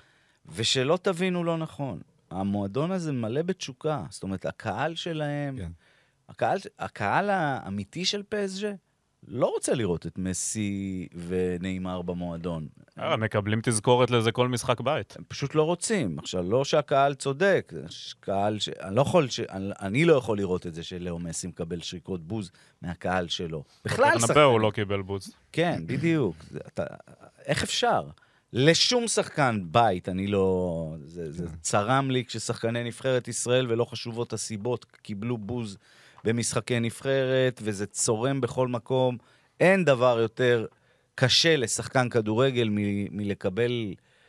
ושלא תבינו לא נכון. המועדון הזה מלא בתשוקה. זאת אומרת, הקהל שלהם, כן. הקהל האמיתי של PSG, לא רוצה לראות את מסי ונאמר במועדון. מקבלים תזכורת לזה כל משחק בית. הם פשוט לא רוצים. עכשיו, לא שהקהל צודק, יש קהל אני לא יכול לראות את זה שלאו מסי מקבל שריקות בוז מהקהל שלו. בכלל ברנבאו הוא לא קיבל בוז. כן, בדיוק. איך אפשר? לשום שחקן בית, אני לא... זה צרם לי כששחקני נבחרת ישראל, ולא חשובות הסיבות, קיבלו בוז במשחקי נבחרת, וזה צורם בכל מקום. אין דבר יותר קשה לשחקן כדורגל מלקבל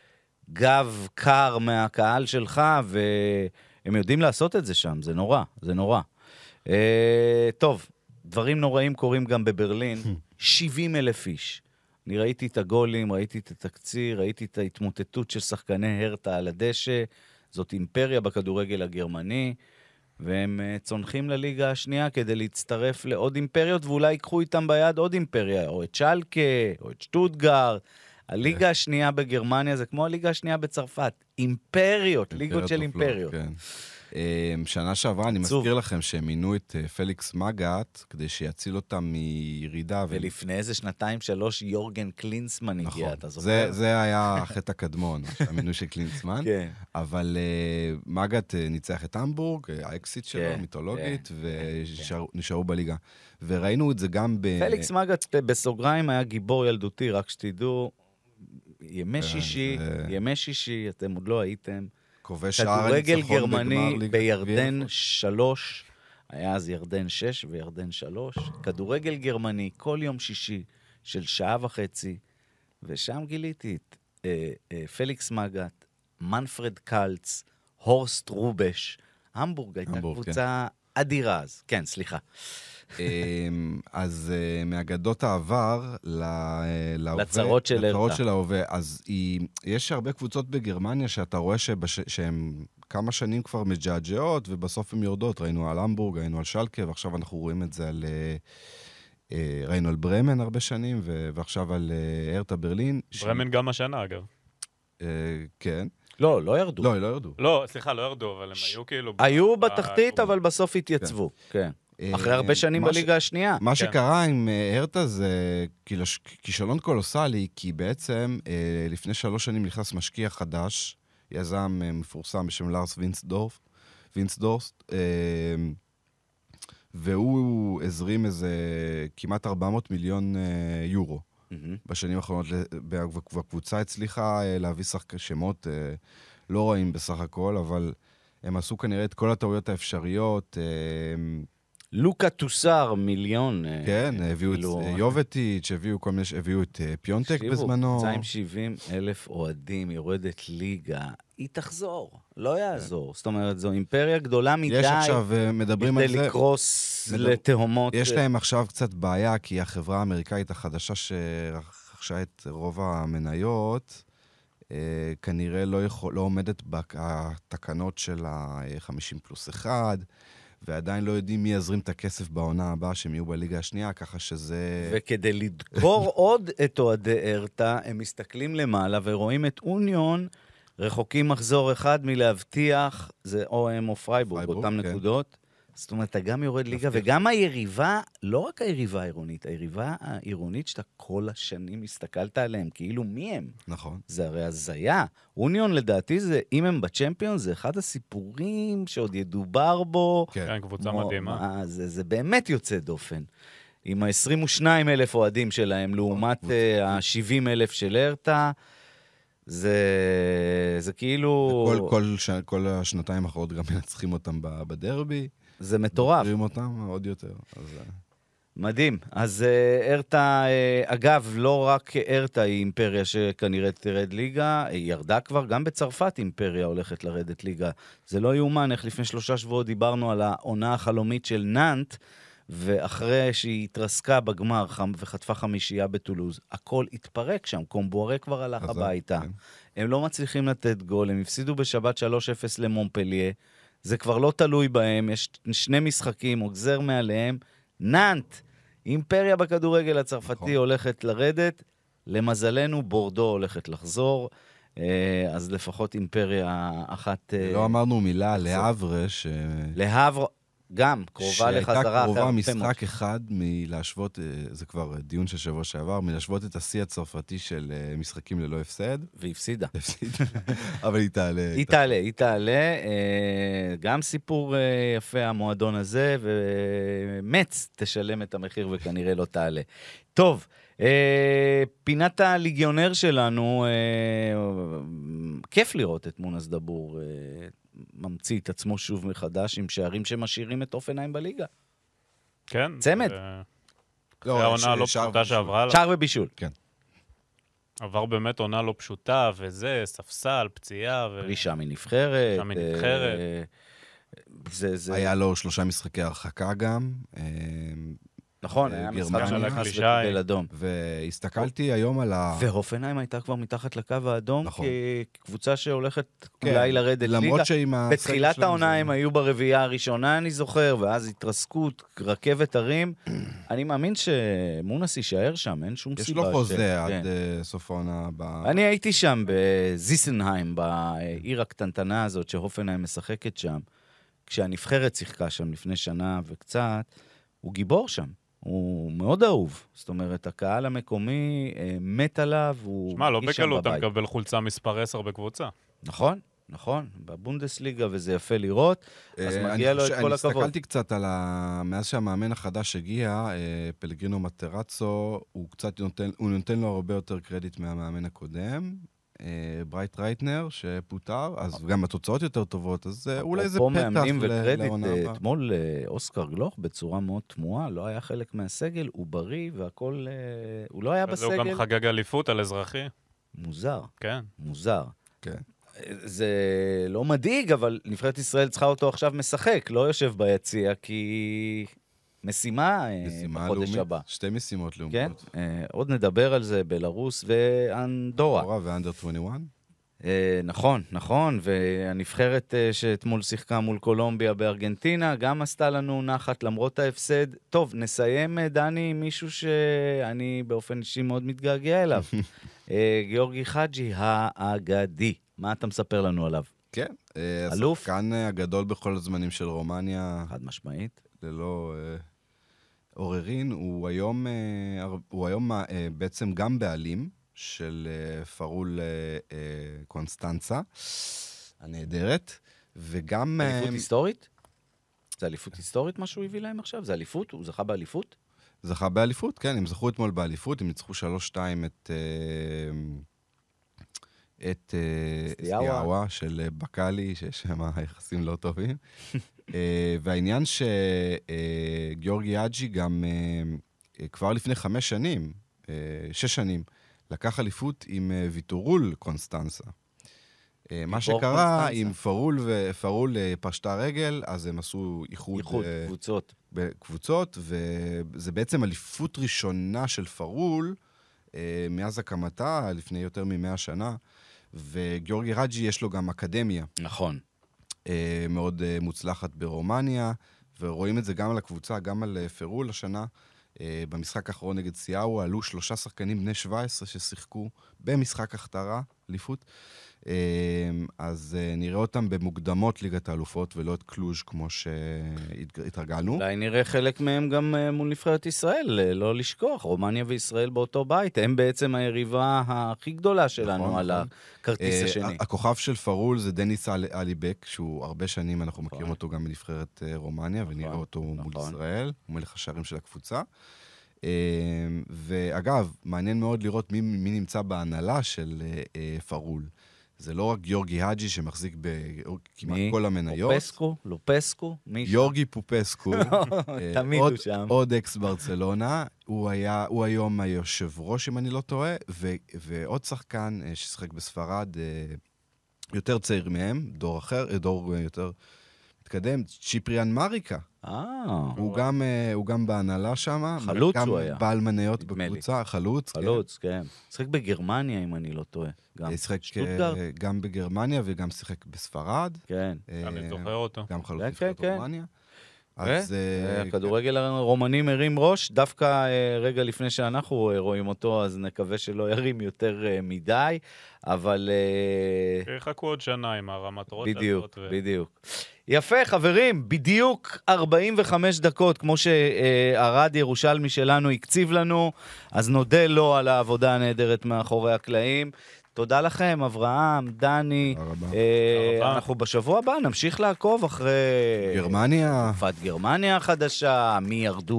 גב קר מהקהל שלך, והם יודעים לעשות את זה שם, זה נורא, זה נורא. טוב, דברים נוראים קורים גם בברלין, 70,000 איש. אני ראיתי את הגולים, ראיתי את התקציר, ראיתי את ההתמוטטות של שחקני הרטה על הדשא, זאת אימפריה בכדורגל הגרמני, והם צונחים לליגה השנייה כדי להצטרף לעוד אימפריות, ואולי ייקחו איתם ביד עוד אימפריה, או את שלקה, או את שטוטגרד. הליגה השנייה בגרמניה זה כמו הליגה השנייה בצרפת. אימפריות, ליגות של אימפריות. שנה שעברה, אני מזכיר לכם שהם מינו את פליקס מגאט, כדי שיציל אותם מירידה. ולפני איזה 2-3 יורגן קלינסמן הגיע, אתה זוכר? זה היה החטא הקדמון, המינוי של קלינסמן. אבל מגאט ניצח את המבורג, האקסיט שלו, מיתולוגית, ונשארו בליגה. וראינו את זה גם פליקס מגאט בסוגריים היה גיבור ילדותי, רק שתדעו, ימי שישי, אתם עוד לא הייתם. כדורגל גרמני בירדן 3, היה אז ירדן 6 וירדן 3, כדורגל גרמני כל יום שישי של 1.5 שעות, ושם גיליתי את פליקס מגאט, מנפרד קלץ, הורסט רובש, המבורג הייתה קבוצה אדירה אז. כן, סליחה. אז מאגדות העבר לצרות של ההווה, אז יש הרבה קבוצות בגרמניה שאתה רואה שהן כמה שנים כבר מג'עג'עות, ובסוף הן יורדות. ראינו על המבורג, ראינו על שלקה, ועכשיו אנחנו רואים את זה ראינו על ברמן הרבה שנים, ועכשיו על הרטה ברלין. ברמן גם השנה, אגב. כן. לא ירדו. לא ירדו. לא, סליחה, לא ירדו, אבל הם היו כאילו... היו בתחתית, אבל בסוף התייצבו. כן. אחרי הרבה שנים בליגה השנייה. מה שקרה עם הרטה זה כישלון קולוסלי, כי בעצם לפני 3 שנים נכנס משקיע חדש, יזם מפורסם בשם לארס וינסדורסט, והוא הזרים איזה כמעט 400 מיליון יורו בשנים האחרונות, והקבוצה הצליחה להביא שמות לא רעים בסך הכל, אבל הם עשו כנראה את כל הטעויות האפשריות, לוקה טוסר, מיליון. כן, הביאו את יובטיץ', הביאו את פיונטק בזמנו. 270,000 אוהדים, יורדת ליגה, היא תחזור, לא יעזור. זאת אומרת, זו אימפריה גדולה מדי. יש עכשיו, מדברים על זה. כדי לקרוס לתהומות. יש להם עכשיו קצת בעיה, כי החברה האמריקאית החדשה שרכשה את רוב המניות, כנראה לא עומדת בתקנות של ה-50+1, ועדיין לא יודעים מי יזרים את הכסף בעונה הבאה, שהם יהיו בליגה השנייה, ככה שזה... וכדי לדקור עוד את אוהדי הרטה, הם מסתכלים למעלה ורואים את אוניון, רחוקים מחזור אחד מלהבטיח, זה או הם או פרייבורג, אותם נקודות. זאת אומרת, אתה גם יורד ליגה, וגם היריבה, לא רק היריבה העירונית, היריבה העירונית שאתה כל השנים הסתכלת עליהם, כאילו מי הם? נכון. זה הרי הזיה. אוניון לדעתי זה, אם הם בצ'מפיון, זה אחד הסיפורים שעוד ידובר בו. כן, קבוצה מדהימה. זה באמת יוצא דופן. עם ה-22,000 אוהדים שלהם, לעומת ה-70,000 של הרטה, זה כאילו... כל השנתיים האחרות גם מנצחים אותם בדרבי. זה מטורף. מכירים אותם עוד יותר. מדהים. אז הרטה, אגב, לא רק הרטה היא אימפריה שכנראה תרד ליגה, היא ירדה כבר, גם בצרפת אימפריה הולכת לרדת ליגה. זה לא יאומן, איך לפני 3 שבועות דיברנו על העונה החלומית של נאנט, ואחרי שהיא התרסקה בגמר וחטפה 5 בטולוז, הכל התפרק שם, קומבוארה כבר הלך הביתה. הם לא מצליחים לתת גול, הם הפסידו בשבת 3-0 למונפליה, זה כבר לא תלוי בהם, יש 2 משחקים, או גזר מעליהם, נאנט, אימפריה בכדורגל הצרפתי הולכת לרדת, למזלנו בורדו הולכת לחזור, אז לפחות אימפריה אחת... לא אמרנו מילה להאברה להאברה, גם, קרובה לחזרה. שהייתה קרובה משחק אחד מלהשוות, זה כבר דיון של שבוע שעבר, מלהשוות את השיא הצרפתי של משחקים ללא הפסד. והפסידה. אבל היא תעלה. היא תעלה. גם סיפור יפה המועדון הזה, ומץ תשלם את המחיר וכנראה לא תעלה. טוב, פינת הליגיונר שלנו, כיף לראות את מונס דבור, ממציא את עצמו שוב מחדש עם שערים שמשאירים את אופנהיים בליגה. כן. צמד. העונה לא פשוטה שעברה. שער ובישול. כן. עבר באמת עונה לא פשוטה, וזה, ספסל, פציעה. פרישה מנבחרת. היה לו 3 משחקי הרחקה גם. נכון, היה משחק שנכנס וקיבל אדום. והסתכלתי היום על והופנהיים הייתה כבר מתחת לקו האדום, נכון. כקבוצה שהולכת אולי לרדת ליגה. למרות שעם בתחילת העונה הם היו ברביעייה הראשונה, אני זוכר, ואז התרסקות, רכבת הרים. אני מאמין שמונס יישאר שם, אין שום סיבה. יש לו חוזה עד סוף העונה הבאה. אני הייתי שם בזיסנהיים, בעיר הקטנטנה הזאת שהופנהיים משחקת שם, כשהנבחרת שיחקה שם לפני שנה וקצת, הוא גיבור שם. הוא מאוד אהוב. זאת אומרת, הקהל המקומי מת עליו, הוא שמה, לא בקלות, אתה מקבל חולצה מספר 10 בקבוצה. נכון, נכון. בבונדסליגה, וזה יפה לראות, אז מגיע לו את כל הכבוד. אני הסתכלתי קצת על מאז שהמאמן החדש הגיע, פלגרינו מטרצו, הוא נותן לו הרבה יותר קרדיט מהמאמן הקודם, ברייט רייטנר, שפוטר, אז גם התוצאות יותר טובות, אז אולי זה פתח לעונה הבאה. אתמול אוסקר גלוך בצורה מאוד תמוהה, לא היה חלק מהסגל, הוא בריא והכל, הוא לא היה בסגל. הוא גם חגג אליפות על אזרחי. מוזר. כן. מוזר. כן. זה לא מדאיג, אבל נבחרת ישראל צריכה אותו עכשיו משחק, לא יושב ביציע, כי משימה בחודש הבא. 2 משימות לאומיות. כן, עוד נדבר על זה, בלרוס ואנדורה. אנדורה ואנדר 21? נכון, נכון, והנבחרת שאתמול שיחקה מול קולומביה בארגנטינה, גם עשתה לנו נחת למרות ההפסד. טוב, נסיים, דני, עם מישהו שאני באופן אישי מאוד מתגעגע אליו. גיאורגי חאג'י האגדי. מה אתה מספר לנו עליו? כן, אלוף? השחקן הגדול בכל הזמנים של רומניה. חד משמעית. ללא עוררין, הוא היום בעצם גם בעלים של פרול קונסטנצה, הנהדרת, וגם... אליפות היסטורית? זה אליפות היסטורית מה שהוא הביא להם עכשיו? זה אליפות? הוא זכה באליפות? זכה באליפות, כן, הם זכו אתמול באליפות, הם ניצחו 3-2 את סטיאווה של בקלי, שיש שם היחסים לא טובים. והעניין שגיאורגי אג'י גם כבר לפני 5 שנים, 6 שנים, לקח אליפות עם ויטורול קונסטנסה. מה שקרה עם פרול פשטה רגל, אז הם עשו איחוד בקבוצות, וזה בעצם אליפות ראשונה של פרול, מאז הקמתה, לפני יותר מ100 שנה, וגיאורגי אג'י יש לו גם אקדמיה. נכון. מאוד מוצלחת ברומניה, ורואים את זה גם על הקבוצה, גם על פרול השנה. במשחק האחרון נגד סטיאווה, עלו 3 שחקנים בני 17 ששיחקו במשחק הכתרה, אליפות. אז נראה אותם במוקדמות ליגת האלופות, ולא את קלוז' כמו שהתרגלנו. אולי נראה חלק מהם גם מול נבחרת ישראל, לא לשכוח. רומניה וישראל באותו בית, הם בעצם היריבה הכי גדולה שלנו על הכרטיס השני. הכוכב של פרול זה דניס אליבק, שהוא הרבה שנים, אנחנו מכירים אותו גם בנבחרת רומניה, ונראה אותו מול ישראל, הוא מלך השערים של הקבוצה. ואגב, מעניין מאוד לראות מי נמצא בהנהלה של פרול. זה לא רק גיאורגי האג'י שמחזיק בכמעט כל המניות. לופסקו? גיאורגי פופסקו. תמיד הוא שם. עוד אקס ברצלונה. הוא היום היושב ראש, אם אני לא טועה, ועוד שחקן ששחק בספרד, יותר צעיר מהם, דור אחר, דור יותר מתקדם, צ'יפריאן מריקה. הוא גם בהנהלה שם. חלוץ הוא היה. גם בעל מניות בקבוצה, חלוץ. חלוץ, כן. שיחק בגרמניה, אם אני לא טועה. שיחק גם בגרמניה וגם שיחק בספרד. כן. אני זוכר אותו. גם חלוץ נבחרת רומניה. הכדורגל הרומני מרים ראש, דווקא רגע לפני שאנחנו רואים אותו, אז נקווה שלא ירים יותר מדי, אבל... יחכו עוד שנה עם הרמת ראש. בדיוק, בדיוק. יפה, חברים, בדיוק 45 דקות, כמו שהרד ירושלמי שלנו הקציב לנו, אז נודה לו על העבודה הנהדרת מאחורי הקלעים. תודה לכם, אברהם, דני. אנחנו בשבוע הבא נמשיך לעקוב אחרי... גרמניה. תקופת גרמניה החדשה, מי ירדו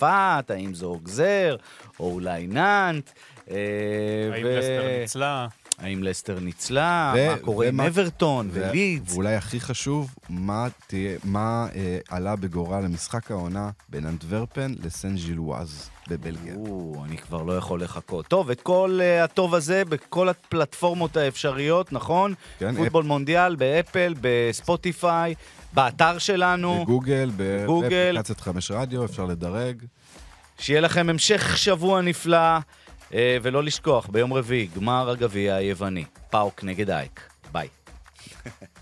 בצרפת, האם זו גזר, או אולי ננט. האם לסטר ניצלה. האם לסטר ניצלה, מה קורה עם אברטון ולידס. ואולי הכי חשוב, מה עלה בגורל למשחק העונה בין אנטוורפן לסן ז'ילואז בבלגיה. אני כבר לא יכול לחכות. טוב, את כל הטוב הזה, בכל הפלטפורמות האפשריות, נכון? כן, פוטבול מונדיאל, באפל, בספוטיפיי, באתר שלנו. בגוגל, באפליקציית 5 רדיו, אפשר לדרג. שיהיה לכם המשך שבוע נפלא, ולא לשכוח, ביום רביעי, גמר הגביע היווני, פאוק נגד אייק. ביי.